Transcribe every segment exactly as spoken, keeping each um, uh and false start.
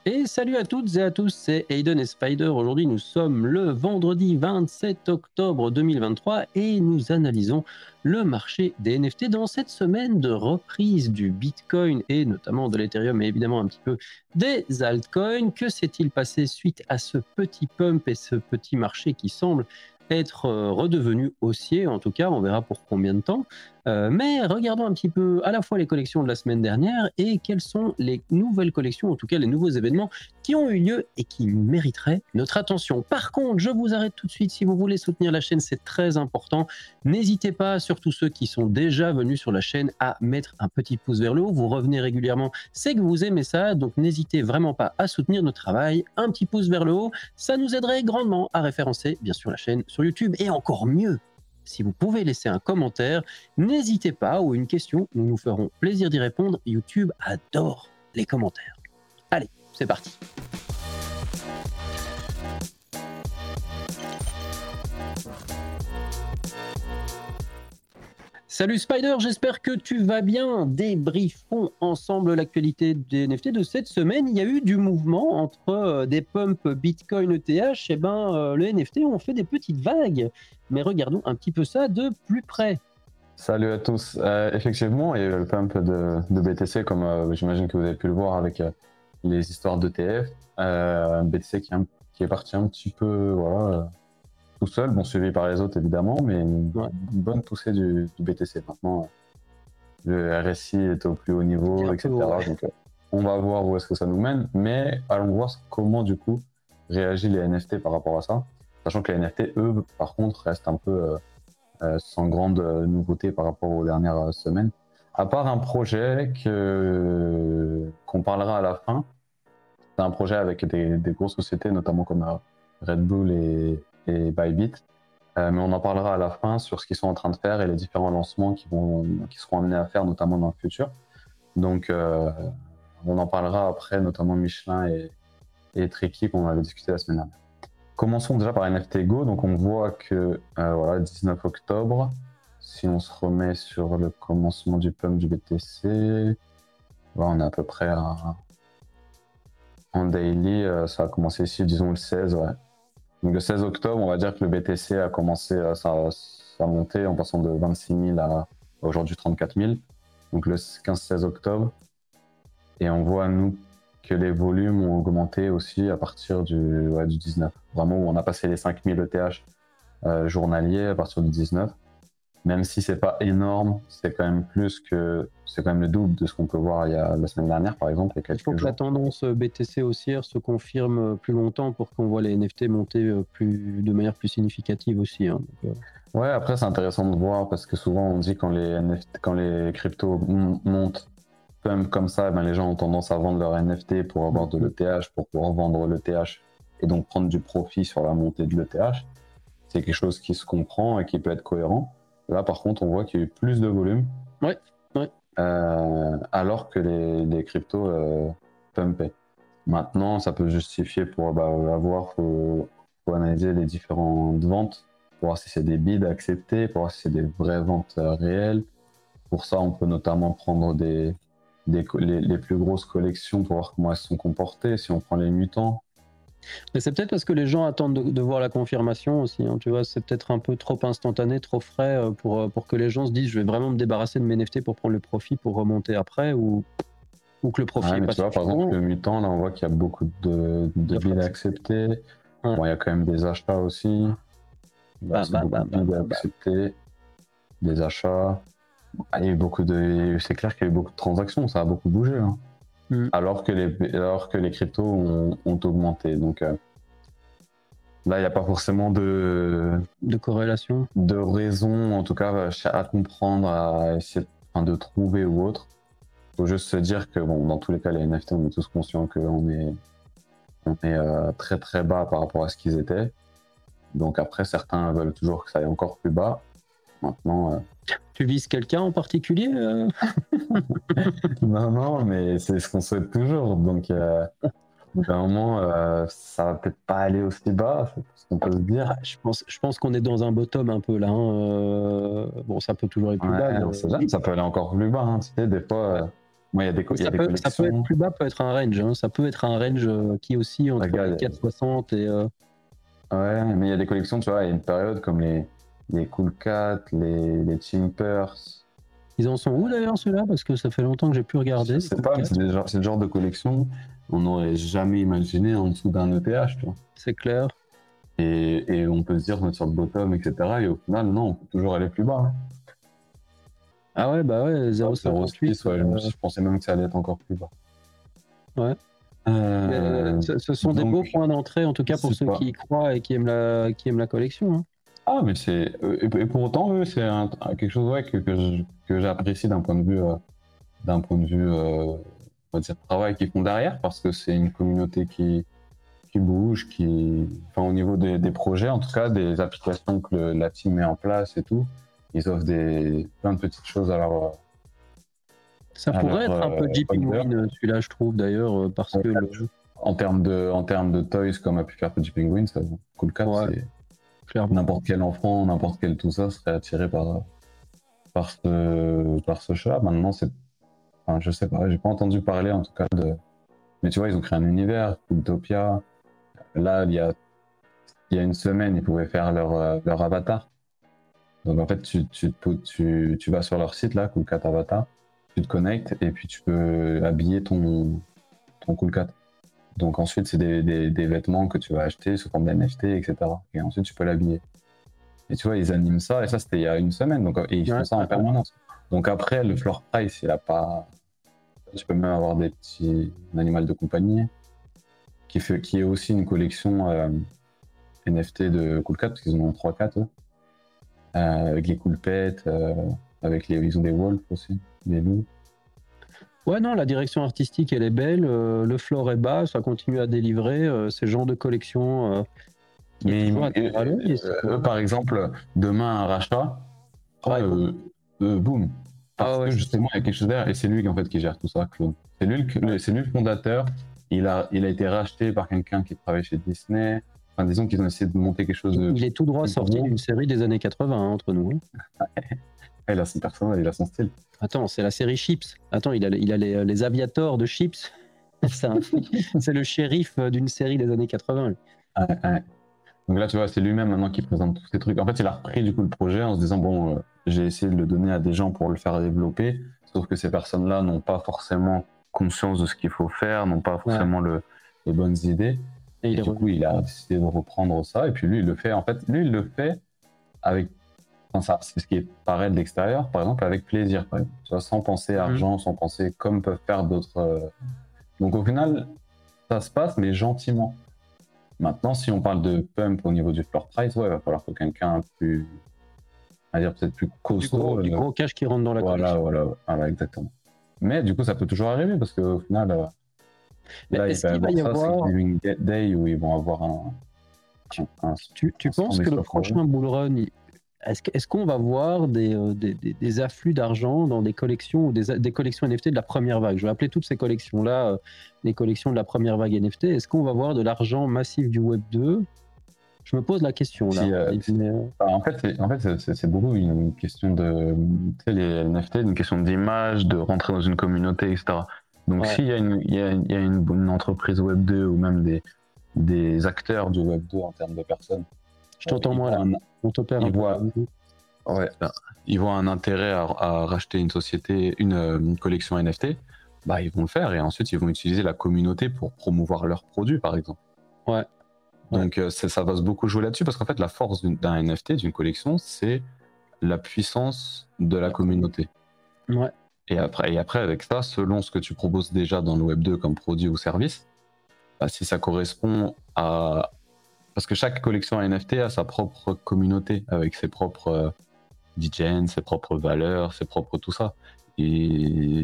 Et salut à toutes et à tous, c'est Aiden et Spider. Aujourd'hui, nous sommes le vendredi vingt-sept octobre deux mille vingt-trois et nous analysons le marché des N F T dans cette semaine de reprise du Bitcoin et notamment de l'Ethereum, mais évidemment un petit peu des altcoins. Que s'est-il passé suite à ce petit pump et ce petit marché qui semble être euh, redevenu haussier? En tout cas, on verra pour combien de temps. Euh, mais regardons un petit peu à la fois les collections de la semaine dernière et quelles sont les nouvelles collections, en tout cas les nouveaux événements qui ont eu lieu et qui mériteraient notre attention. Par contre, je vous arrête tout de suite. Si vous voulez soutenir la chaîne, c'est très important. N'hésitez pas, surtout ceux qui sont déjà venus sur la chaîne, à mettre un petit pouce vers le haut. Vous revenez régulièrement, c'est que vous aimez ça, donc n'hésitez vraiment pas à soutenir notre travail. Un petit pouce vers le haut, ça nous aiderait grandement à référencer, bien sûr, la chaîne sur YouTube. Et encore mieux, si vous pouvez laisser un commentaire, n'hésitez pas, ou une question, nous nous ferons plaisir d'y répondre. YouTube adore les commentaires. Allez, c'est parti. Salut Spider, j'espère que tu vas bien. Débriefons ensemble l'actualité des N F T de cette semaine. Il y a eu du mouvement entre euh, des pumps Bitcoin E T H. Et ben, euh, les N F T ont fait des petites vagues. Mais regardons un petit peu ça de plus près. Salut à tous. Euh, effectivement, il y a eu le pump de, de B T C, comme euh, j'imagine que vous avez pu le voir avec euh, les histoires d'E T F. Euh, B T C qui, qui est parti un petit peu voilà, euh, tout seul, bon, suivi par les autres évidemment, mais une, Ouais. une bonne poussée du, du B T C. Maintenant, le R S I est au plus haut niveau, et cetera. Ouais. Donc, euh, on va voir où est-ce que ça nous mène, mais allons voir comment du coup réagissent les N F T par rapport à ça. Sachant que les N F T, eux, par contre, restent un peu... Euh, Euh, sans grande euh, nouveauté par rapport aux dernières euh, semaines. À part un projet que, qu'on parlera à la fin. C'est un projet avec des, des grosses sociétés, notamment comme euh, Red Bull et, et Bybit. Euh, mais on en parlera à la fin sur ce qu'ils sont en train de faire et les différents lancements qui, vont, qui seront amenés à faire, notamment dans le futur. Donc, euh, on en parlera après, notamment Michelin et, et Tricky, qu'on avait discuté la semaine dernière. Commençons déjà par N F T Go. Donc on voit que euh, voilà, dix-neuf octobre, si on se remet sur le commencement du pump du B T C, voilà, on est à peu près à... en daily. Euh, ça a commencé ici, disons le seize. Ouais. Donc le seize octobre, on va dire que le B T C a commencé à sa, sa montée en passant de vingt-six mille à aujourd'hui trente-quatre mille. Donc le quinze seize octobre. Et on voit, nous, que les volumes ont augmenté aussi à partir du, ouais, du dix-neuf. Vraiment, où on a passé les cinq mille E T H euh, journaliers à partir du dix-neuf. Même si c'est pas énorme, c'est quand même plus que... C'est quand même le double de ce qu'on peut voir il y a la semaine dernière, par exemple, il y a quelques Il faut que jours. la tendance B T C haussière se confirme plus longtemps pour qu'on voit les N F T monter plus, de manière plus significative aussi. Hein. Donc, euh... Ouais, après, c'est intéressant de voir parce que souvent, on dit quand les, N F T, quand les cryptos montent pump comme ça, ben les gens ont tendance à vendre leur N F T pour avoir de l'E T H, pour pouvoir vendre l'E T H et donc prendre du profit sur la montée de l'E T H. C'est quelque chose qui se comprend et qui peut être cohérent. Là, par contre, on voit qu'il y a eu plus de volume. Ouais, ouais. Euh, alors que les, les cryptos euh, pumpaient. Maintenant, ça peut justifier pour bah, avoir, faut, faut analyser les différentes ventes, pour voir si c'est des bids acceptés, pour voir si c'est des vraies ventes euh, réelles. Pour ça, on peut notamment prendre des, des, les, les plus grosses collections pour voir comment elles se sont comportées. Si on prend les mutants. Mais c'est peut-être parce que les gens attendent de, de voir la confirmation aussi. Hein, tu vois, c'est peut-être un peu trop instantané, trop frais pour, pour que les gens se disent je vais vraiment me débarrasser de mes N F T pour prendre le profit, pour remonter après, ou, ou que le profit Ouais, est mais pas tu vois, par exemple, le mutant, là, on voit qu'il y a beaucoup de, de bids acceptés. Ouais. Bon, il y a quand même des achats aussi. Bah, bah, beaucoup bah, de bids bah, acceptés, bah. Des achats. Il y a eu beaucoup de... C'est clair qu'il y a eu beaucoup de transactions, ça a beaucoup bougé. Hein. Mm. Alors, que les... Alors que les cryptos ont, ont augmenté. Donc euh... là, il n'y a pas forcément de... De corrélation. De raison, en tout cas, à comprendre, à essayer de, enfin, de trouver ou autre. Il faut juste se dire que, bon, dans tous les cas, les N F T, on est tous conscients qu'on est, on est euh, très très bas par rapport à ce qu'ils étaient. Donc après, certains veulent toujours que ça aille encore plus bas. Maintenant... Euh... Tu vises quelqu'un en particulier euh... Non, non, mais c'est ce qu'on souhaite toujours. Donc, euh, d'un moment, euh, ça va peut-être pas aller aussi bas, c'est ce qu'on peut se dire. Ah, je pense, je pense qu'on est dans un bottom un peu là. Hein. Euh... Bon, ça peut toujours aller plus ouais, bas. Mais... Mais... Ça, ça peut aller encore plus bas. Hein. Tu sais, des fois, ouais. euh, Moi, il y a des, co- il y a Ça des peut, collections. ça peut être plus bas, peut être un range. Hein. Ça peut être un range euh, qui aussi entre Regarde, quatre cent soixante et. Euh... Ouais, mais il y a des collections, tu vois, il y a une période comme les, les Cool Cat, les, les Chimpers. Ils en sont où d'ailleurs ceux-là? Parce que ça fait longtemps que j'ai pu regarder. Je sais pas, mais c'est des genres- c'est le genre de collection on n'aurait jamais imaginé en dessous d'un E T H, tu vois. C'est clair. Et, et on peut se dire, mettre sur le bottom, et cetera. Et au final, non, on peut toujours aller plus bas. Hein. Ah ouais, bah ouais, zéro zéro virgule cinquante-huit. six, ouais, je, me suis- je pensais même que ça allait être encore plus bas. Ouais. Mais, Euh, euh, ce, ce sont des donc, beaux points d'entrée, en tout cas pour c'est ceux pas- qui y croient et qui aiment la, qui aiment la collection. Hein. Ah, mais c'est. euh, Et, et pour autant, eux, c'est un- un- quelque chose ouais, que, que je- que j'apprécie d'un point de vue, euh, d'un point de vue euh, on va dire, travail qu'ils font derrière, parce que c'est une communauté qui, qui bouge, qui. Enfin, au niveau des, des projets, en tout cas, des applications que le- la team met en place et tout, ils offrent des, plein de petites choses à leur. Ça à pourrait leur, être un peu euh, J holder. Penguin, celui-là, je trouve d'ailleurs, euh, parce En que le. En termes de, en termes de toys, comme a pu faire Petit Penguin, ça, Cool Cat, Ouais, c'est clairement. n'importe quel enfant, n'importe quel tout ça serait attiré par, par ce, par ce chat. Maintenant, c'est, enfin, je sais pas, j'ai pas entendu parler en tout cas de, mais tu vois, ils ont créé un univers, Utopia. Là, il y a, il y a une semaine, ils pouvaient faire leur, euh, leur avatar. Donc en fait, tu, tu, tu, tu vas sur leur site là, Cool Cat Avatar, tu te connectes et puis tu peux habiller ton, ton Cool Cat. Donc ensuite, c'est des, des, des vêtements que tu vas acheter sous forme d'N F T, et cetera. Et ensuite, tu peux l'habiller. Et tu vois, ils animent ça, et ça, c'était il y a une semaine, donc, et ils Ouais, font ça en ouais, permanence. Donc après, le floor price, il a pas. Tu peux même avoir des petits un animal de compagnie, qui, fait, qui est aussi une collection euh, N F T de Cool Cat, parce qu'ils en ont trois quatre, eux. Euh, avec les Cool Pets, euh, avec les. Ils ont des wolves aussi, des loups. ouais, non, la direction artistique, elle est belle. euh, le floor est bas, ça continue à délivrer. euh, c'est le genre de collection euh, qui est Mais toujours euh, attiré à l'œil. et c'est- eux, par exemple, demain, un rachat, tu vois, Ouais, euh, euh, boum. ah Parce ouais, que c'est justement, il y a quelque chose derrière, et c'est lui en fait qui gère tout ça, Claude. C'est lui, le, c'est lui le fondateur. Il a, il a été racheté par quelqu'un qui travaille chez Disney. Enfin, disons qu'ils ont essayé de monter quelque chose de. Il est tout droit plus sorti gros. d'une série des années quatre-vingts, hein, entre nous. hein. Ah, il a son personnage, il a son style. Attends, c'est la série Chips. Attends, il a, il a les, les aviators de Chips. c'est, un truc. C'est le shérif euh, d'une série des années quatre-vingts. lui. Ouais, ouais. Donc là, tu vois, c'est lui-même maintenant qui présente tous ces trucs. En fait, il a repris du coup le projet en se disant bon, euh, j'ai essayé de le donner à des gens pour le faire développer, sauf que ces personnes-là n'ont pas forcément conscience de ce qu'il faut faire, n'ont pas forcément le, les bonnes idées. Et Et, il est du coup, revenu. il a décidé de reprendre ça. Et puis lui, il le fait. En fait, lui, il le fait avec. Enfin, ça, c'est ce qui paraît de l'extérieur, par exemple, avec plaisir, par exemple. Tu vois, sans penser Mhm. argent, sans penser comme peuvent faire d'autres. euh. Donc au final, ça se passe, mais gentiment. Maintenant, si on parle de pump au niveau du floor price, ouais, il va falloir que quelqu'un un plus, on va dire peut-être plus Du costaud. gros, du euh, gros cash qui rentre dans la voilà, collection. voilà, voilà, exactement. Mais du coup, ça peut toujours arriver parce qu'au final, euh, Mais là, il est-ce va y qu'il va avoir y ça, avoir. Thanksgiving Day où ils vont avoir un. Tu, un, un, tu, tu un penses stand que le extra prochain bull run, il- est-ce, que- est-ce qu'on va voir des, euh, des, des- des afflux d'argent dans des collections ou des, des collections N F T de la première vague? Je vais appeler toutes ces collections-là euh, les collections de la première vague N F T. Est-ce qu'on va voir de l'argent massif du Web deux? Je me pose la question là. Si, euh, si- Mais, euh, Enfin, en fait, c'est, en fait, c'est- c'est, c'est beaucoup une question de, tu sais, les N F T, une question d'image, de rentrer dans une communauté, et cetera. Donc, Ouais. s'il y a, une, il y a, il y a une, une entreprise Web deux ou même des, des acteurs du Web deux en termes de personnes, je t'entends ils moins voient là. un, On t'opère ils un peu. voient, ouais, ils voient un intérêt à, à racheter une société, une, euh, une collection N F T, bah, ils vont le faire et ensuite ils vont utiliser la communauté pour promouvoir leurs produits, par exemple. Ouais. Donc euh, ça va se beaucoup jouer là-dessus parce qu'en fait la force d'une- d'un N F T, d'une collection, c'est la puissance de la communauté. Ouais. Et après, et après avec ça, selon ce que tu proposes déjà dans le Web deux comme produit ou service, bah, si ça correspond à... Parce que chaque collection N F T a sa propre communauté avec ses propres euh, D J, ses propres valeurs, ses propres tout ça. Et,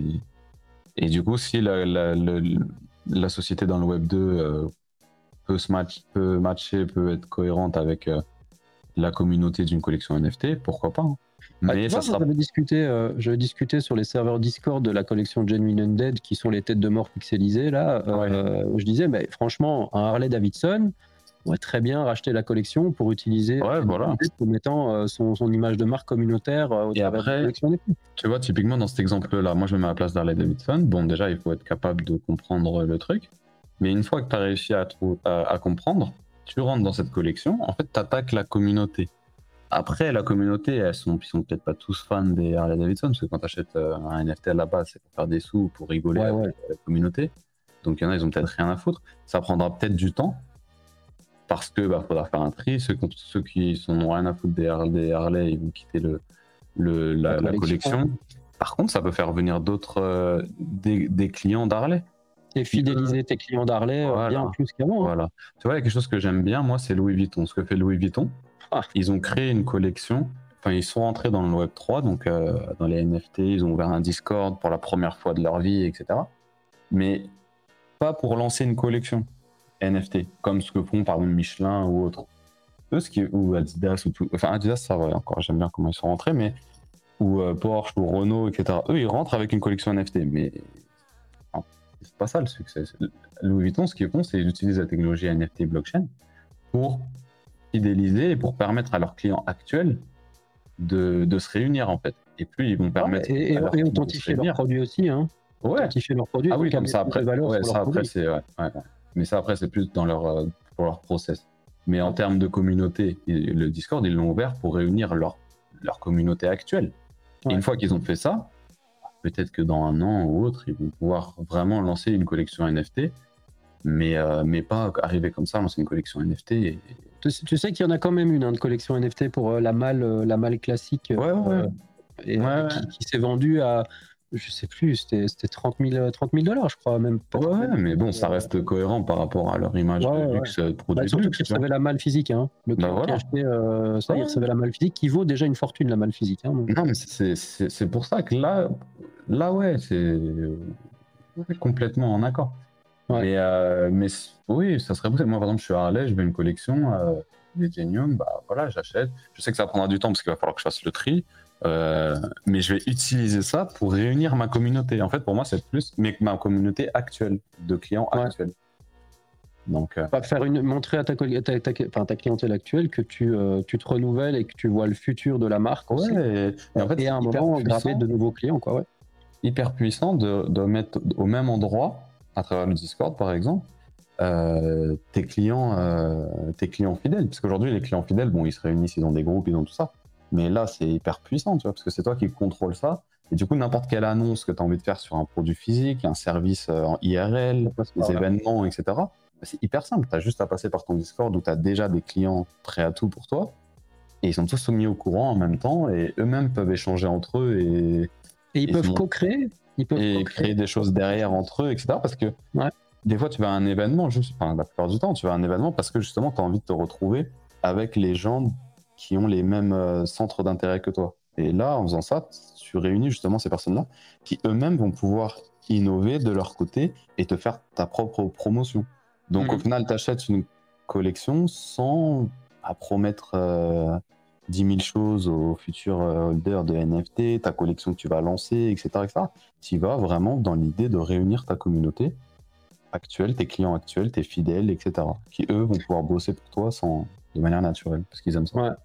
et du coup, si la, la, la, la société dans le Web deux euh, peut se match, peut matcher, peut être cohérente avec euh, la communauté d'une collection N F T, pourquoi pas. Hein. Bah, Mais tu ça vois, sera. j'avais discuté, euh, j'avais discuté sur les serveurs Discord de la collection Genuine Undead, qui sont les têtes de mort pixelisées là. Euh, Ouais. je disais, mais franchement, un Harley Davidson, Ouais, très bien, racheter la collection pour utiliser, Ouais, voilà. en mettant euh, son, son image de marque communautaire euh, au Et travers de la après, collection N F T. tu vois, typiquement dans cet exemple-là, moi je me mets à la place d'Harley Davidson. Bon, déjà, il faut être capable de comprendre le truc. Mais une fois que tu as réussi à, trou- à, à comprendre, tu rentres dans cette collection. En fait, tu attaques la communauté. Après, la communauté, elles sont, ils sont peut-être pas tous fans des Harley Davidson, parce que quand tu achètes un N F T à la base, c'est pour faire des sous ou pour rigoler Ouais, avec ouais. la communauté. Donc il y en a, ils ont peut-être rien à foutre. Ça prendra peut-être du temps, parce que bah, faudra faire un tri. Ceux, qui- ceux qui sont n'ont rien à foutre des Harley, des Harley, ils vont quitter le, le, la, La la collection, collection. Par contre, ça peut faire venir d'autres euh, des, des clients d'Harley. Et qui, eux, fidéliser tes clients d'Harley euh, bien Voilà, plus qu'avant. Hein. voilà. Tu vois, il y a quelque chose que j'aime bien, moi, c'est Louis Vuitton. Ce que fait Louis Vuitton, Ah, ils ont créé une collection. Enfin, ils sont rentrés dans le Web trois, donc euh, dans les N F T, ils ont ouvert un Discord pour la première fois de leur vie, et cetera. Mais pas pour lancer une collection N F T, comme ce que font par exemple Michelin ou autre. Eux, ce qui, ou Adidas, ou tout. Enfin, Adidas, ça va encore, j'aime bien comment ils sont rentrés, mais. Ou euh, Porsche, ou Renault, et cetera. Eux, ils rentrent avec une collection N F T, mais. Enfin, c'est pas ça le succès. Louis Vuitton, ce qu'ils font, c'est qu'ils utilisent la technologie N F T blockchain pour fidéliser et pour permettre à leurs clients actuels de, de se réunir en fait. Et plus ils vont permettre ouais, et, et, à leurs et clients de se authentifier leurs réunir. produits aussi. Hein. Ouais. Authentifier leurs produits, Ah oui, donc comme amener ça plus de après. valeur Ouais, sur ça leurs après produits. c'est ouais, ouais, ouais. Mais ça après c'est plus dans leur euh, pour leur process. Mais en Ouais. termes de communauté, le Discord ils l'ont ouvert pour réunir leur leur communauté actuelle. Et Ouais. une fois qu'ils ont fait ça, peut-être que dans un an ou autre, ils vont pouvoir vraiment lancer une collection N F T, mais euh, mais pas arriver comme ça, lancer une collection N F T. Et... Tu, tu sais qu'il y en a quand même une hein, de collection N F T pour euh, la malle, euh, la malle classique, Ouais, ouais. euh, et, Ouais, euh, ouais. qui, qui s'est vendue à, je sais plus, c'était c'était trente mille dollars, je crois, même peut-être. Ouais, même mais bon, ça euh, reste cohérent par rapport à leur image ouais, de ouais. luxe, de Bah, produit de surtout luxe, qu'il tu vois. recevait la malle physique. Hein. Le Bah client qui voilà. achetait euh, ça, il Ouais. recevait la malle physique, qui vaut déjà une fortune, la malle physique. Hein, donc. Non, mais c'est- c'est c'est pour ça que là, là ouais, c'est ouais, complètement en accord. Ouais. Mais, euh, mais c- oui, ça serait possible. Moi, par exemple, je suis à Harley, je veux une collection euh, d'Ethereum, bah voilà, j'achète. Je sais que ça prendra du temps parce qu'il va falloir que je fasse le tri, euh, mais je vais utiliser ça pour réunir ma communauté. En fait, pour moi, c'est plus mais ma communauté actuelle, de clients Ouais. actuels. Donc, euh, Pas faire une, montrer à ta, ta, ta, enfin, ta clientèle actuelle que tu, euh, tu te renouvelles et que tu vois le futur de la marque ouais, aussi. et, et en fait, Et c'est à un hyper moment, puissant. graver de nouveaux clients. Quoi, ouais. Hyper puissant de, de mettre au même endroit, à travers le Discord par exemple, euh, tes clients, euh, tes clients fidèles. Parce qu'aujourd'hui, les clients fidèles, bon, ils se réunissent, ils ont des groupes, ils ont tout ça. Mais là, c'est hyper puissant, tu vois, parce que c'est toi qui contrôle ça. Et du coup, n'importe quelle annonce que tu as envie de faire sur un produit physique, un service euh, en I R L, des événements, et cetera, c'est hyper simple. Tu as juste à passer par ton Discord où tu as déjà des clients prêts à tout pour toi. Et ils sont tous soumis au courant en même temps et eux-mêmes peuvent échanger entre eux et, Et ils et peuvent se co-créer. Ils peuvent et co-créer. créer des choses derrière entre eux, et cetera. Parce que ouais. des fois, tu vas à un événement, juste, enfin, la plupart du temps, tu vas à un événement parce que justement, tu as envie de te retrouver avec les gens qui ont les mêmes euh, centres d'intérêt que toi. Et là, en faisant ça, tu réunis justement ces personnes-là qui eux-mêmes vont pouvoir innover de leur côté et te faire ta propre promotion. Donc, Mmh. au final, tu achètes une collection sans à promettre euh, dix mille choses aux futurs euh, holders de N F T, ta collection que tu vas lancer, et cetera, et cetera. Tu vas vraiment dans l'idée de réunir ta communauté actuelle, tes clients actuels, tes fidèles, et cetera, qui eux vont pouvoir bosser pour toi sans, de manière naturelle, parce qu'ils aiment ça. Ouais.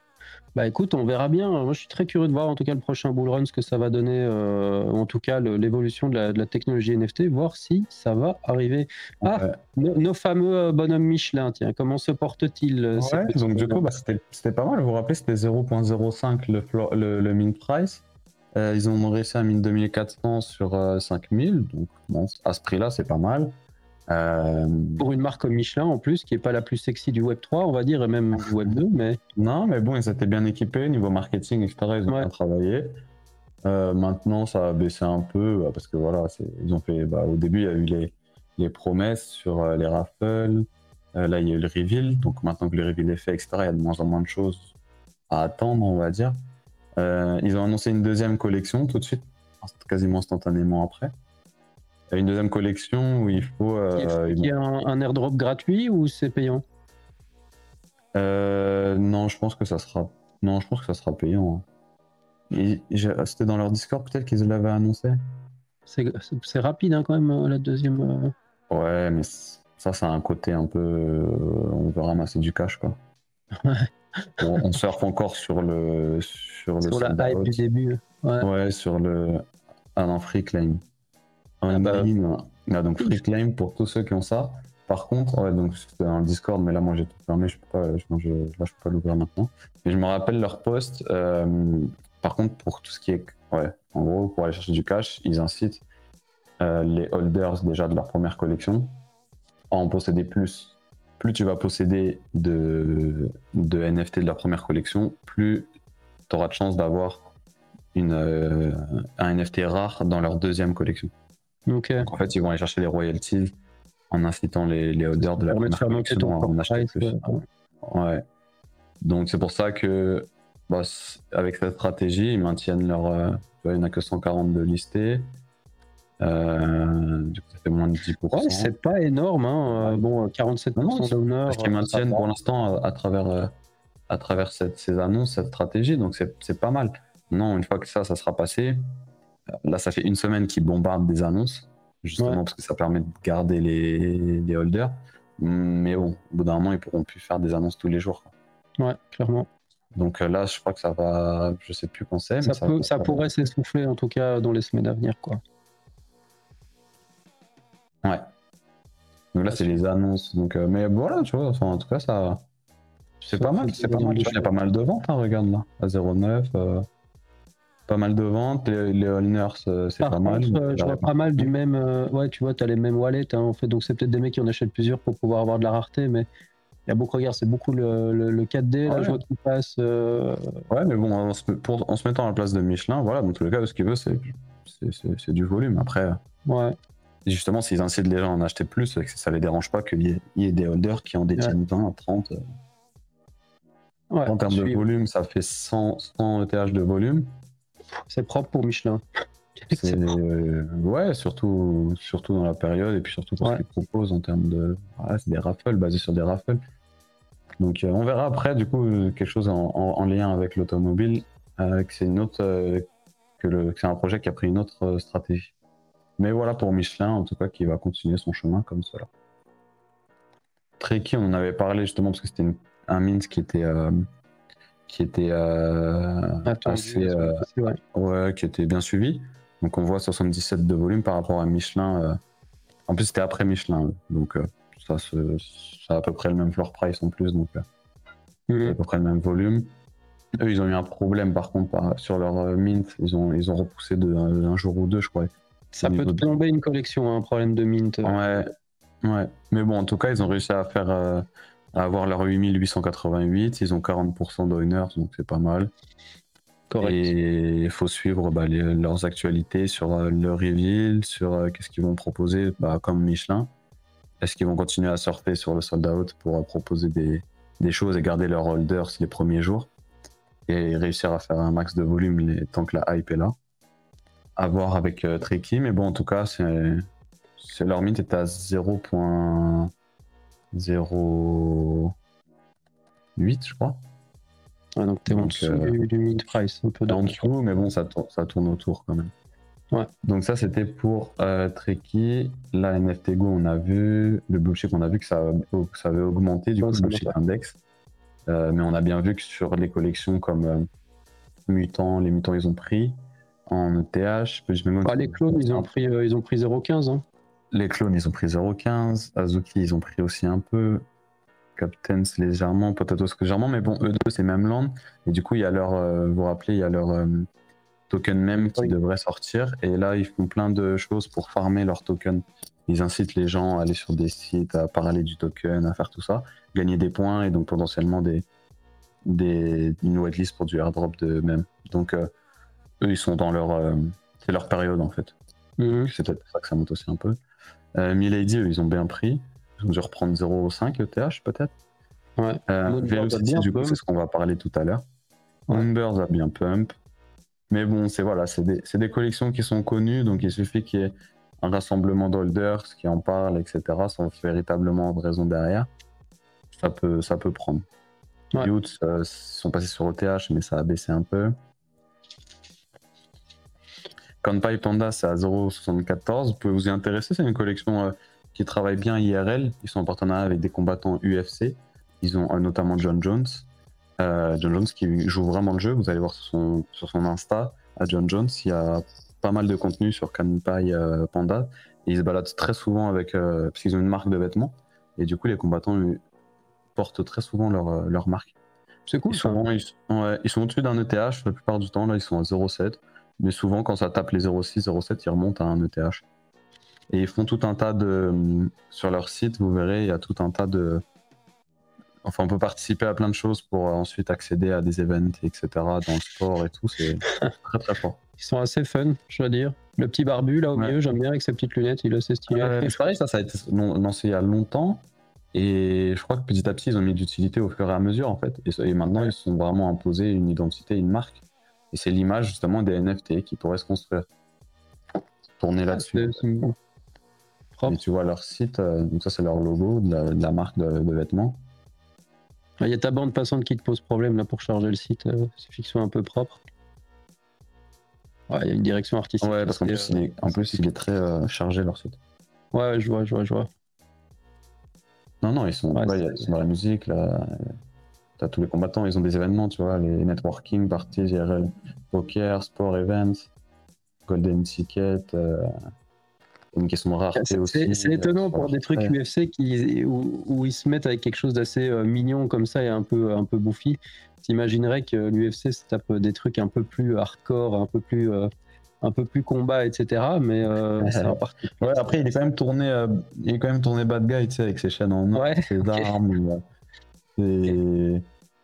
Bah écoute, on verra bien. Moi, je suis très curieux de voir en tout cas le prochain bull run, ce que ça va donner, euh, en tout cas le, l'évolution de la, de la technologie N F T, voir si ça va arriver. Ah, Ouais. nos, nos fameux euh, bonhommes Michelin, tiens, comment se portent-ils euh, ces Ouais, petits donc du bonhommes coup, bah, c'était, c'était pas mal. Vous vous rappelez, c'était zéro virgule zéro cinq le, flo- le, le mint price. Euh, ils ont réussi à mine deux mille quatre cents sur euh, cinq mille. Donc, bon, à ce prix-là, c'est pas mal. Euh... Pour une marque comme Michelin, en plus, qui n'est pas la plus sexy du Web trois, on va dire, et même du Web deux, mais... Non, mais bon, ils étaient bien équipés, niveau marketing, et cetera. Ils ont Ouais. bien travaillé. Euh, maintenant, ça a baissé un peu, parce que voilà, c'est, ils ont fait... Bah, au début, il y a eu les, les promesses sur euh, les raffles. Euh, là, il y a eu le reveal. Donc maintenant que le reveal est fait, et cetera, il y a de moins en moins de choses à attendre, on va dire. Euh, ils ont annoncé une deuxième collection tout de suite, quasiment instantanément après. Une deuxième collection où il faut... Euh, Qui est un, un airdrop gratuit ou c'est payant? euh, Non, je pense que ça sera... Non, je pense que ça sera payant. Hein. Et, c'était dans leur Discord peut-être qu'ils l'avaient annoncé. C'est, c'est rapide hein, quand même, la deuxième... Ouais, mais ça, ça a un côté un peu. euh, on veut ramasser du cash, quoi. on, on surfe encore sur le sur le Sur la sold hype du out. début. Ouais. Ouais, sur le. Ah non, free claim. Ah bah, Ungreen. Ah, donc free claim pour tous ceux qui ont ça. Par contre, ouais, donc c'était dans le Discord, mais là moi j'ai tout fermé, je peux pas, je, je, là je peux pas l'ouvrir maintenant. Mais je me rappelle leur post. Euh, par contre, pour tout ce qui est, ouais, en gros, pour aller chercher du cash, ils incitent euh, les holders déjà de leur première collection à en posséder plus. Plus tu vas posséder de, de N F T de leur première collection, plus tu auras de chance d'avoir une, euh, un N F T rare dans leur deuxième collection. ok. Donc en fait, ils vont aller chercher les royalties en incitant les, les holders de la Permet de première faire monter ton collection à en floor acheter price. plus. Ouais. Ouais. Donc c'est pour ça que bah, avec cette stratégie, ils maintiennent leur. Euh, il n'y en a que cent quarante-deux listés. Euh, du coup, ça fait moins de dix pour cent. Ouais, c'est pas énorme. Hein. Euh, bon, quarante-sept pour cent d'honneur. Parce qu'ils maintiennent pour l'instant à, à travers, euh, à travers cette, ces annonces, cette stratégie. Donc c'est pas mal. Non, une fois que ça, ça sera passé, là, ça fait une semaine qu'ils bombardent des annonces, justement ouais. parce que ça permet de garder les, les holders. Mais bon, au bout d'un moment, ils pourront plus faire des annonces tous les jours. Quoi. Ouais, clairement. Donc là, je crois que ça va. Je sais plus quand c'est, mais ça, peut, ça, ça pourrait s'essouffler en tout cas dans les semaines à venir, quoi. Ouais. Donc là, c'est les annonces. Donc, euh, mais voilà, tu vois. Enfin, en tout cas, ça. C'est pas mal. C'est pas mal. Il y a pas mal de ventes. Hein, regarde là, à zéro neuf. Euh... Pas mal de ventes, les, les owners euh, c'est pas contre, mal. Euh, je vois pas mal du même. Euh, ouais, tu vois, tu as les mêmes wallets hein, en fait, donc c'est peut-être des mecs qui en achètent plusieurs pour pouvoir avoir de la rareté, mais il y a beaucoup, regarde, c'est beaucoup le, le, le quatre D, ouais. Là, je vois qu'il passe. Euh... Ouais, mais bon, en se, pour, en se mettant à la place de Michelin, voilà, dans tous les cas, ce qu'il veut, c'est du volume. Après, ouais. Justement, s'ils incitent les gens à en acheter plus, ça les dérange pas qu'il y, y ait des holders qui en détiennent ouais. vingt, trente. Ouais, en termes de volume, ça fait cent, cent E T H de volume. C'est propre pour Michelin. C'est euh, ouais, surtout, surtout dans la période et puis surtout pour ouais. ce qu'ils proposent en termes de. Ouais, c'est des raffles basés sur des raffles. Donc euh, on verra après du coup quelque chose en, en, en lien avec l'automobile, euh, que c'est une autre, euh, que, le, que c'est un projet qui a pris une autre euh, stratégie. Mais voilà pour Michelin en tout cas qui va continuer son chemin comme cela. Treki, on en avait parlé justement parce que c'était un mint qui était euh, qui était euh, Attendu, assez euh, ouais. Ouais, qui était bien suivi. Donc on voit soixante-dix-sept de volume par rapport à Michelin. Euh... En plus c'était après Michelin, donc euh, ça, se... ça a à peu près le même floor price en plus, donc euh, mmh. c'est à peu près le même volume. Eux ils ont eu un problème par contre par... sur leur euh, mint, ils ont ils ont repoussé de un, un jour ou deux je crois. Ça peut te plomber de... une collection, un hein, problème de mint. Ouais, ouais. Mais bon en tout cas ils ont réussi à faire euh, à avoir leur huit mille huit cent quatre-vingt-huit, ils ont quarante pour cent d'owners donc c'est pas mal. Correct. Et il faut suivre bah, les, leurs actualités sur euh, le reveal, sur euh, qu'est-ce qu'ils vont proposer, bah, comme Michelin. Est-ce qu'ils vont continuer à surfer sur le sold out pour euh, proposer des, des choses et garder leurs holders les premiers jours et réussir à faire un max de volume les, tant que la hype est là. À voir avec euh, Treki, mais bon, en tout cas, c'est, c'est leur mint est à zéro virgule zéro huit, je crois. Ouais, donc t'es en dessous euh, du, du mid price, un peu en dessous, mais bon, ça, tourne, ça tourne autour quand même. Ouais. Donc ça, c'était pour euh, Treki. La N F T Go, on a vu, le blue chip, on a vu que ça, ça avait augmenté, du ouais, coup, le blue chip index. Euh, mais on a bien vu que sur les collections comme euh, Mutant, les Mutants, ils ont pris en E T H. Ah, les clones, ils ont pris, euh, ils ont pris zéro virgule quinze. Hein. Les clones, ils ont pris zéro virgule quinze. Azuki, ils ont pris aussi un peu. Captains légèrement, Potatoes légèrement, mais bon, eux deux, c'est même land. Et du coup, il y a leur, euh, vous vous rappelez, il y a leur euh, token même qui oui. devrait sortir. Et là, ils font plein de choses pour farmer leur token. Ils incitent les gens à aller sur des sites, à parler du token, à faire tout ça, gagner des points et donc potentiellement des, des, une whitelist pour du airdrop de même. Donc, euh, eux, ils sont dans leur. Euh, c'est leur période en fait. Mm-hmm. C'est peut-être pour ça que ça monte aussi un peu. Euh, Milady, eux, ils ont bien pris. Ils ont dû reprendre zéro virgule cinq E T H peut-être. Ouais. Euh, Velocity, du coup, c'est ce qu'on va parler tout à l'heure. Ouais. Moonbirds a bien pump. Mais bon, c'est voilà, c'est des, c'est des collections qui sont connues, donc il suffit qu'il y ait un rassemblement d'holders qui en parlent, et cetera, sans véritablement de raison derrière. Ça peut, ça peut prendre. Ouais. Youths euh, sont passés sur O T H, mais ça a baissé un peu. Kanpai Panda, c'est à zéro virgule soixante-quatorze. Vous pouvez vous y intéresser, c'est une collection euh, qui travaillent bien I R L. Ils sont en partenariat avec des combattants U F C. Ils ont euh, notamment John Jones. Euh, John Jones qui joue vraiment le jeu. Vous allez voir sur son, sur son Insta, à John Jones, il y a pas mal de contenu sur Kanpai euh, Panda. Et ils se baladent très souvent avec... Euh, parce qu'ils ont une marque de vêtements. Et du coup, les combattants euh, portent très souvent leur, leur marque. C'est cool. Et souvent, ils, ouais, ils sont au-dessus d'un E T H. La plupart du temps, là, ils sont à zéro virgule sept. Mais souvent, quand ça tape les zéro virgule six, zéro virgule sept, ils remontent à un E T H. Et ils font tout un tas de... Sur leur site, vous verrez, il y a tout un tas de... Enfin, on peut participer à plein de choses pour ensuite accéder à des events, et cetera, dans le sport et tout. C'est très, très fort. Ils sont assez fun, je dois dire. Le petit barbu, là, au ouais. milieu, j'aime bien avec ses petites lunettes. Il est assez stylé. Euh, c'est pareil, ça, ça a été lancé il y a longtemps. Et je crois que petit à petit, ils ont mis d'utilité au fur et à mesure, en fait. Et, et maintenant, ouais. ils se sont vraiment imposés une identité, une marque. Et c'est l'image, justement, des N F T qui pourraient se construire. Tourner là-dessus. Ah, c'est bon. Et tu vois leur site, euh, donc ça, c'est leur logo de la, de la marque de, de vêtements. Il y a ta bande passante qui te pose problème là pour charger le site. Il euh, suffit qu'il soit un peu propre. Ouais, il y a une direction artistique. Ouais, parce qu'en plus, euh, il est, en plus, il est très euh, chargé leur site. Ouais, je vois, je vois, je vois. Non, non, ils sont, ouais, ouais, ils sont dans la musique, là. T'as tous les combattants, ils ont des événements, tu vois, les networking, parties, I R L, poker, sport, events, golden ticket, euh, une question de rareté aussi. C'est étonnant euh, pour des trucs U F C qui, où, où ils se mettent avec quelque chose d'assez euh, mignon comme ça et un peu, un peu bouffi. T'imaginerais que l'U F C se tape des trucs un peu plus hardcore, un peu plus, euh, un peu plus combat, et cetera. Mais euh, c'est un parti. Ouais, après, il est quand même tourné, euh, il est quand même tourné bad guy, tu sais, avec ses chaînes en or, ouais, ses okay. armes. Et...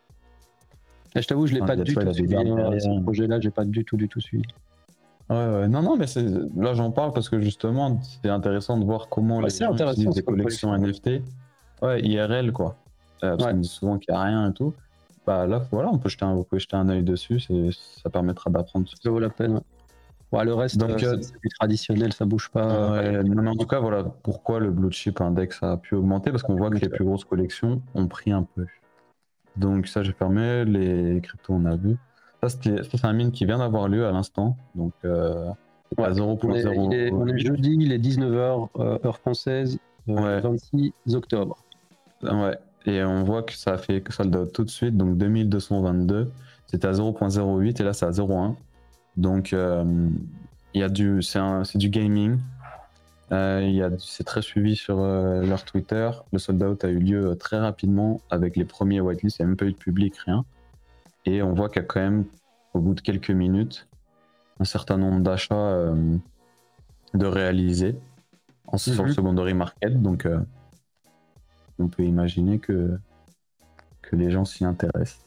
Je t'avoue, je l'ai ah, pas du tout suivi. Hein, ce projet-là, j'ai pas du tout, du tout suivi. Ouais, ouais, non, non, mais là j'en parle parce que justement, c'est intéressant de voir comment ouais, les gens utilisent des collections N F T. Ouais, I R L, quoi. Euh, parce ouais. qu'on dit souvent qu'il n'y a rien et tout. Bah là, voilà, on peut jeter un, vous pouvez jeter un œil dessus, ça permettra d'apprendre. Ça vaut la peine. Ouais. Ouais, le reste, donc, euh, c'est du traditionnel, ça bouge pas. Ouais, non, mais en tout cas, voilà pourquoi le Blue Chip Index a pu augmenter, parce qu'on voit que les plus grosses collections ont pris un peu. Donc ça, j'ai fermé, les cryptos, on a vu. Ça, c'est un mine qui vient d'avoir lieu à l'instant, donc euh, ouais, à zéro point zéro. On, on est jeudi, il est dix-neuf heures, euh, heure française, euh, ouais. vingt-six octobre. Ouais, et on voit que ça a fait que sold out tout de suite, donc deux mille deux cent vingt-deux, c'était à zéro point zéro huit et là c'est à zéro point un. Donc euh, il y a du, c'est du gaming, euh, c'est très suivi sur euh, leur Twitter. Le sold out a eu lieu très rapidement avec les premiers whitelists, il n'y a même pas eu de public, rien. Et on voit qu'il y a quand même, au bout de quelques minutes, un certain nombre d'achats euh, de réalisés en, mm-hmm. sur le secondary market. Donc, euh, on peut imaginer que, que les gens s'y intéressent.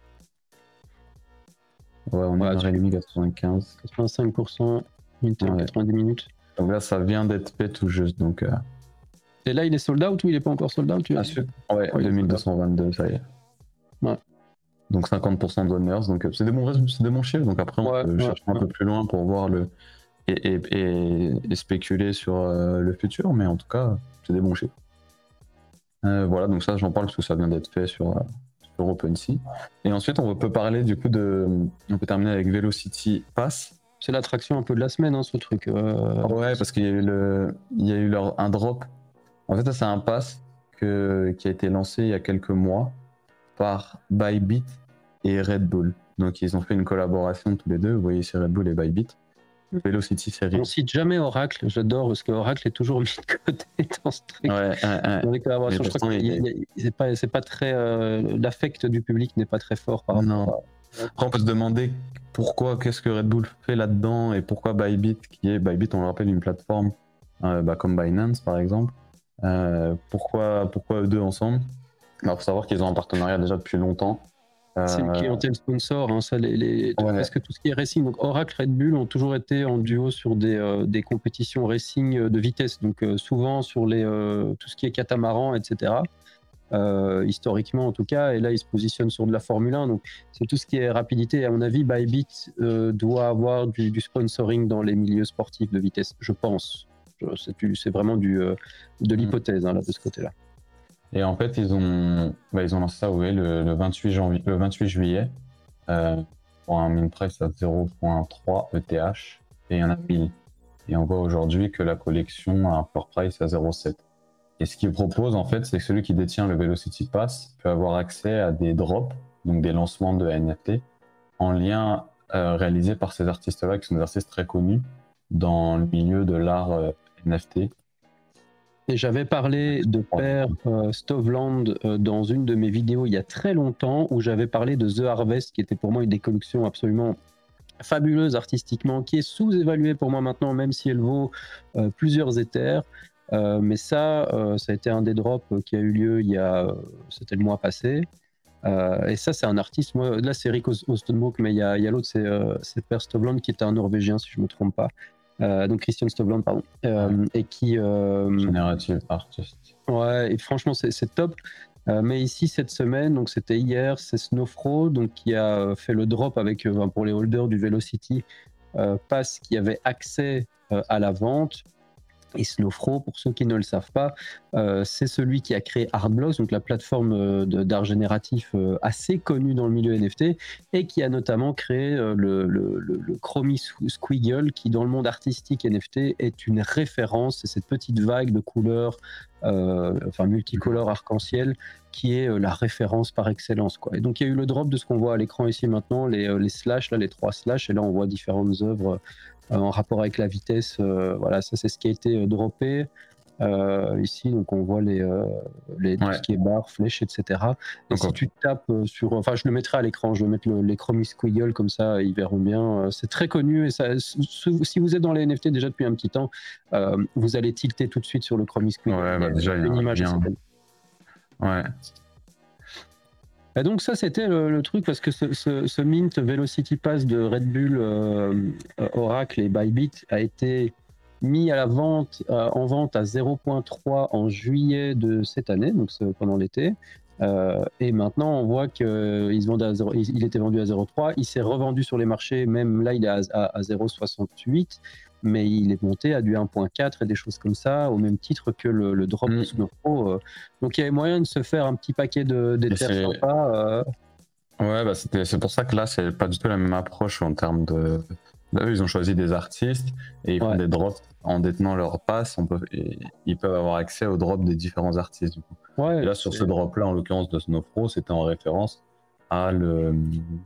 Ouais, on ouais, est à une heure trente, quatre-vingt-quinze. quatre-vingt-cinq pour cent, ouais. quatre-vingt-dix minutes. Donc là, ça vient d'être fait tout juste. Donc, euh... Et là, il est sold out ou il n'est pas encore sold out, tu ah, ouais, ouais, deux mille deux cent vingt-deux, ça y est. Ouais. Donc cinquante pour cent d'honneurs, donc c'est des bons c'est des bons chiffres. Donc après on ouais, peut ouais, chercher ouais. un peu plus loin pour voir le et, et, et, et spéculer sur euh, le futur, mais en tout cas c'est des bons chiffres. Euh, voilà, donc ça j'en parle parce que ça vient d'être fait sur, euh, sur OpenSea. Et ensuite on peut parler du coup de, on peut terminer avec Velocity Pass. C'est l'attraction un peu de la semaine, hein, ce truc. Euh... Ouais, parce qu'il y a eu le, il y a eu leur, un drop. En fait ça c'est un pass que, qui a été lancé il y a quelques mois par Bybit et Red Bull. Donc ils ont fait une collaboration tous les deux, vous voyez c'est Red Bull et Bybit. Velocity Series. On cite jamais Oracle, j'adore parce que Oracle est toujours mis de côté dans ce truc. Ouais, ouais, ouais. Dans les collaborations, je crois que il... c'est pas, c'est pas très, euh, l'affect du public n'est pas très fort par non. rapport à... Après on peut se demander pourquoi, qu'est-ce que Red Bull fait là-dedans et pourquoi Bybit, qui est Bybit, on le rappelle, une plateforme euh, bah, comme Binance par exemple. Euh, pourquoi, pourquoi eux deux ensemble? Il bah, faut savoir qu'ils ont un partenariat déjà depuis longtemps. C'est une clientèle sponsor, hein, ça, les, les, ouais. Presque tout ce qui est racing. Donc Oracle, Red Bull ont toujours été en duo sur des, euh, des compétitions racing de vitesse, donc euh, souvent sur les, euh, tout ce qui est catamaran, et cetera. Euh, historiquement en tout cas, et là ils se positionnent sur de la Formule un, donc c'est tout ce qui est rapidité. Et à mon avis, Bybit euh, doit avoir du, du sponsoring dans les milieux sportifs de vitesse, je pense. C'est vraiment du, euh, de l'hypothèse hein, là, de ce côté-là. Et en fait, ils ont, bah, ils ont lancé ça ouais, le, le, vingt-huit janvier, le vingt-huit juillet euh, pour un min price à zéro virgule trois E T H et il y en a mille. Et on voit aujourd'hui que la collection a un floor price à zéro virgule sept. Et ce qu'il propose, en fait, c'est que celui qui détient le Velocity Pass peut avoir accès à des drops, donc des lancements de N F T, en lien euh, réalisés par ces artistes-là, qui sont des artistes très connus dans le milieu de l'art euh, N F T. Et j'avais parlé de Per euh, Stovland euh, dans une de mes vidéos il y a très longtemps, où j'avais parlé de The Harvest, qui était pour moi une des collections absolument fabuleuse artistiquement, qui est sous-évaluée pour moi maintenant, même si elle vaut euh, plusieurs éthers. Euh, mais ça, euh, ça a été un des drops qui a eu lieu il y a, euh, c'était le mois passé. Euh, et ça, c'est un artiste. Moi, là, c'est Rick Ostenbrook, mais il y a, il y a l'autre, c'est, euh, c'est Per Stovland, qui était un Norvégien, si je ne me trompe pas. Euh, donc Christian Stovland, pardon. Euh, ouais. Et qui. Euh, Generative artist. Ouais, et franchement, c'est, c'est top. Euh, mais ici, cette semaine, donc c'était hier, c'est Snowfro donc, qui a fait le drop avec, euh, pour les holders du Velocity euh, Pass qui avait accès euh, à la vente. Et Snowfro, pour ceux qui ne le savent pas, euh, c'est celui qui a créé Artblocks, donc la plateforme euh, de, d'art génératif euh, assez connue dans le milieu N F T, et qui a notamment créé euh, le, le, le, le Chromie Squiggle, qui dans le monde artistique N F T est une référence. C'est cette petite vague de couleurs, euh, enfin multicolores arc-en-ciel, qui est euh, la référence par excellence, quoi. Et donc il y a eu le drop de ce qu'on voit à l'écran ici maintenant, les, euh, les slash, là, les trois slash, et là on voit différentes œuvres euh, en rapport avec la vitesse. Euh, voilà, ça c'est ce qui a été euh, droppé. Euh, ici, donc on voit les, euh, les, tout Ouais. ce qui est barre, flèche, et cetera. Et donc, si okay. tu tapes sur, enfin, je le mettrai à l'écran, je vais mettre le, les Chromie Squiggle comme ça, ils verront bien. C'est très connu et ça, si vous êtes dans les N F T déjà depuis un petit temps, euh, vous allez tilter tout de suite sur le Chromie Squiggle. Ouais, bah déjà, il y a une image. Bien. Ouais. Et donc ça, c'était le, le truc, parce que ce, ce, ce Mint Velocity Pass de Red Bull, euh, Oracle et Bybit a été mis à la vente, euh, en vente à zéro virgule trois en juillet de cette année, donc pendant l'été. Euh, et maintenant, on voit qu'il il était vendu à zéro virgule trois, il s'est revendu sur les marchés, même là, il est à, à, à zéro virgule soixante-huit, mais il est monté à du un virgule quatre et des choses comme ça, au même titre que le, le drop mmh. de Snowfro. Euh. Donc, il y avait moyen de se faire un petit paquet d'éthers sympas. Euh. Ouais, bah c'est pour ça que là, c'est pas du tout la même approche en termes de... Là, eux, ils ont choisi des artistes et ils ouais. font des drops en détenant leur pass. On peut... et ils peuvent avoir accès aux drops des différents artistes. Du coup. Ouais, et là, sur ce drop-là, en l'occurrence de Snowfro, c'était en référence à le...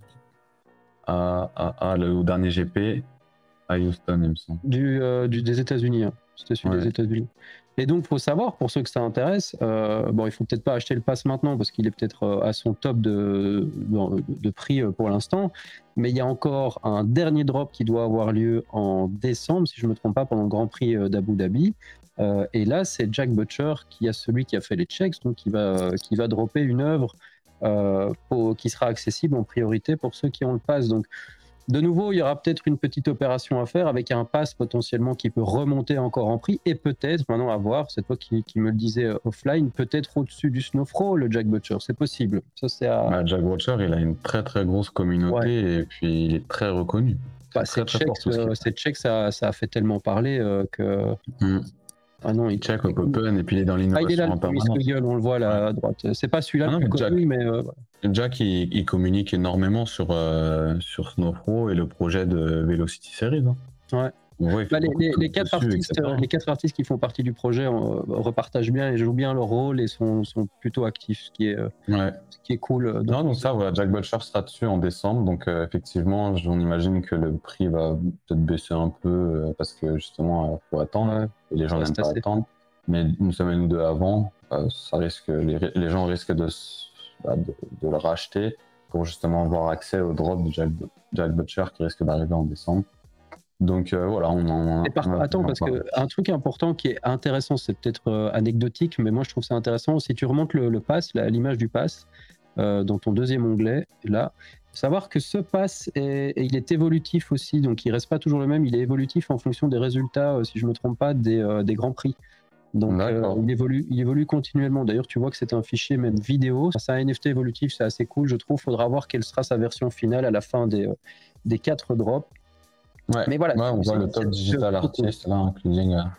À, à, à le au dernier G P à Houston, il me semble. Du, euh, du, des États-Unis, hein. C'était celui ouais. des États-Unis. Et donc, il faut savoir, pour ceux que ça intéresse, euh, bon, il ne faut peut-être pas acheter le pass maintenant parce qu'il est peut-être euh, à son top de, de, de prix euh, pour l'instant, mais il y a encore un dernier drop qui doit avoir lieu en décembre, si je ne me trompe pas, pendant le Grand Prix euh, d'Abu Dhabi. Euh, et là, c'est Jack Butcher qui a celui qui a fait les checks, donc qui va, euh, qui va dropper une œuvre euh, pour, qui sera accessible en priorité pour ceux qui ont le pass. Donc, de nouveau, il y aura peut-être une petite opération à faire avec un pass potentiellement qui peut remonter encore en prix et peut-être, maintenant à voir, c'est toi qui, qui me le disais euh, offline, peut-être au-dessus du Snowfro, le Jack Butcher, c'est possible. Ça, c'est à... bah, Jack Butcher, il a une très très grosse communauté ouais. et puis il est très reconnu. Bah, ces checks, euh, check, ça, ça a fait tellement parler euh, que... Mm. Ah non, il check up open et puis il est dans l'innovation. Ah, il est là, en permanence. Squiggle, on le voit là ouais. à droite. C'est pas celui-là ah le plus Jack, connu, mais... Euh, Jack, il, il communique énormément sur, euh, sur Snowfro et le projet de Velocity Series. Hein. Ouais. Ouais, bah, les, les, les, quatre dessus, artistes, les quatre artistes qui font partie du projet euh, repartagent bien et jouent bien leur rôle et sont, sont plutôt actifs, ce qui est, euh, ouais. ce qui est cool. Donc, non, donc ça, voilà, Jack Butcher sera dessus en décembre, donc euh, effectivement, on imagine que le prix va peut-être baisser un peu euh, parce que justement, il euh, faut attendre ouais. et les gens n'aiment pas attendre. Mais une semaine ou deux avant, euh, ça risque, les, les gens risquent de, bah, de, de le racheter pour justement avoir accès au drop de Jack, Jack Butcher qui risque d'arriver en décembre. Donc euh, voilà, on en par... on Attends, parce qu'un truc important qui est intéressant, c'est peut-être euh, anecdotique, mais moi je trouve ça intéressant. Si tu remontes le, le pass, l'image du pass, euh, dans ton deuxième onglet, là, savoir que ce pass, est, il est évolutif aussi, donc il ne reste pas toujours le même, il est évolutif en fonction des résultats, euh, si je ne me trompe pas, des, euh, des grands prix. Donc euh, il, évolue, il évolue continuellement. D'ailleurs, tu vois que c'est un fichier même vidéo. C'est un N F T évolutif, c'est assez cool, je trouve. Il faudra voir quelle sera sa version finale à la fin des, euh, des quatre drops. Ouais, mais voilà, ouais, on voit le top digital artist là, including uh,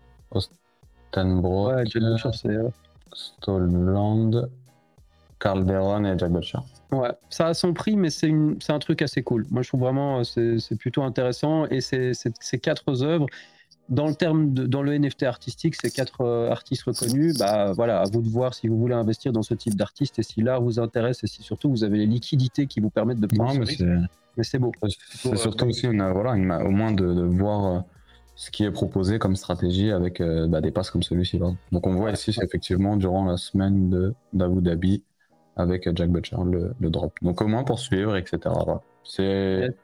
Ostenbrock, ouais, Jack Butcher, c'est euh... Stovland, Carl Deron et Jack Butcher. Ouais, ça a son prix, mais c'est un truc assez cool. Moi, je trouve vraiment c'est plutôt intéressant et ces quatre œuvres. dans le terme de, dans le N F T artistique, c'est quatre euh, artistes reconnus. Bah voilà, à vous de voir si vous voulez investir dans ce type d'artiste et si l'art vous intéresse et si surtout vous avez les liquidités qui vous permettent de prendre Non, ce mais risque. c'est Mais c'est beau. c'est surtout aussi une, euh, voilà, une- au moins de, de voir euh, ce qui est proposé comme stratégie avec euh, bah, des passes comme celui-ci. Là. Donc on voit ici, c'est effectivement durant la semaine de- d'Abu Dhabi avec euh, Jack Butcher, le, le drop. Donc au moins pour suivre, et cetera. Voilà. C'est Ouais.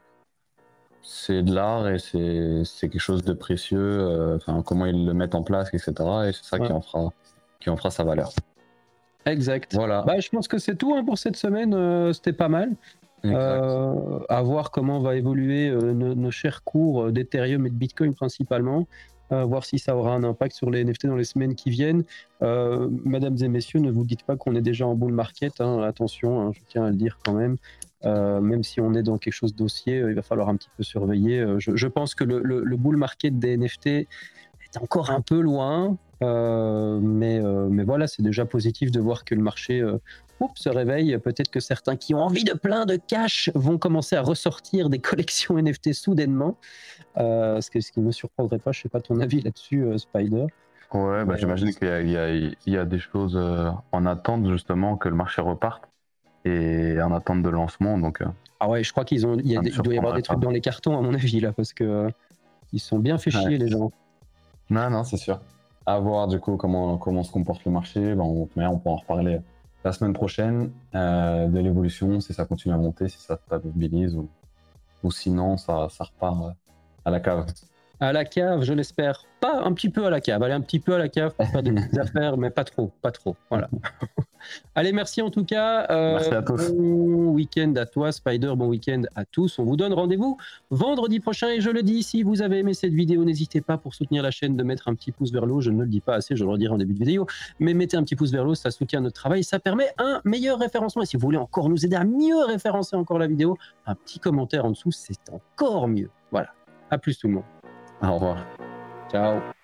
c'est de l'art et c'est c'est quelque chose de précieux. euh, Enfin, comment ils le mettent en place, et cetera. Et c'est ça Ouais. qui en fera qui en fera sa valeur. Exact. Voilà. Bah, je pense que c'est tout hein, pour cette semaine. Euh, C'était pas mal. Exact. Euh, à voir comment va évoluer euh, nos, nos chers cours euh, d'Ethereum et de Bitcoin principalement. Euh, voir si ça aura un impact sur les N F T dans les semaines qui viennent. Euh, mesdames et messieurs, ne vous dites pas qu'on est déjà en bull market. Hein, attention, hein, je tiens à le dire quand même. Euh, même si on est dans quelque chose d'haussier, euh, il va falloir un petit peu surveiller. Euh, je, je pense que le, le, le bull market des N F T est encore un peu loin. Euh, mais, euh, mais voilà, c'est déjà positif de voir que le marché euh, oups, se réveille. Peut-être que certains qui ont envie de plein de cash vont commencer à ressortir des collections N F T soudainement. Euh, ce, que, ce qui ne me surprendrait pas, je ne sais pas ton avis là-dessus, euh, Spider. Ouais, bah, Mais, j'imagine qu'il y a, il y, a, il y a des choses euh, en attente justement que le marché reparte et en attente de lancement. Donc, euh, Ah ouais, je crois qu'il il y a des, il doit y avoir des trucs pas. dans les cartons à mon avis là, parce que euh, ils sont bien fait chier Ouais. les gens. Non, non, c'est sûr. À voir du coup comment, comment se comporte le marché. Ben, on, mais on pourra en reparler la semaine prochaine euh, de l'évolution, si ça continue à monter, si ça stabilise ou, ou sinon ça, ça repart euh, à la cave. À la cave, je l'espère. Pas un petit peu à la cave. Allez, un petit peu à la cave pour faire des petites affaires, mais pas trop, pas trop. Voilà. Allez, merci en tout cas. Euh, Merci à tous. Bon week-end à toi, Spider. Bon week-end à tous. On vous donne rendez-vous vendredi prochain. Et je le dis, si vous avez aimé cette vidéo, n'hésitez pas pour soutenir la chaîne de mettre un petit pouce vers le haut. Je ne le dis pas assez, je le redirai en début de vidéo. Mais mettez un petit pouce vers le haut, ça soutient notre travail. Ça permet un meilleur référencement. Et si vous voulez encore nous aider à mieux référencer encore la vidéo, un petit commentaire en dessous, c'est encore mieux. Voilà. À plus tout le monde. Au revoir. Ciao.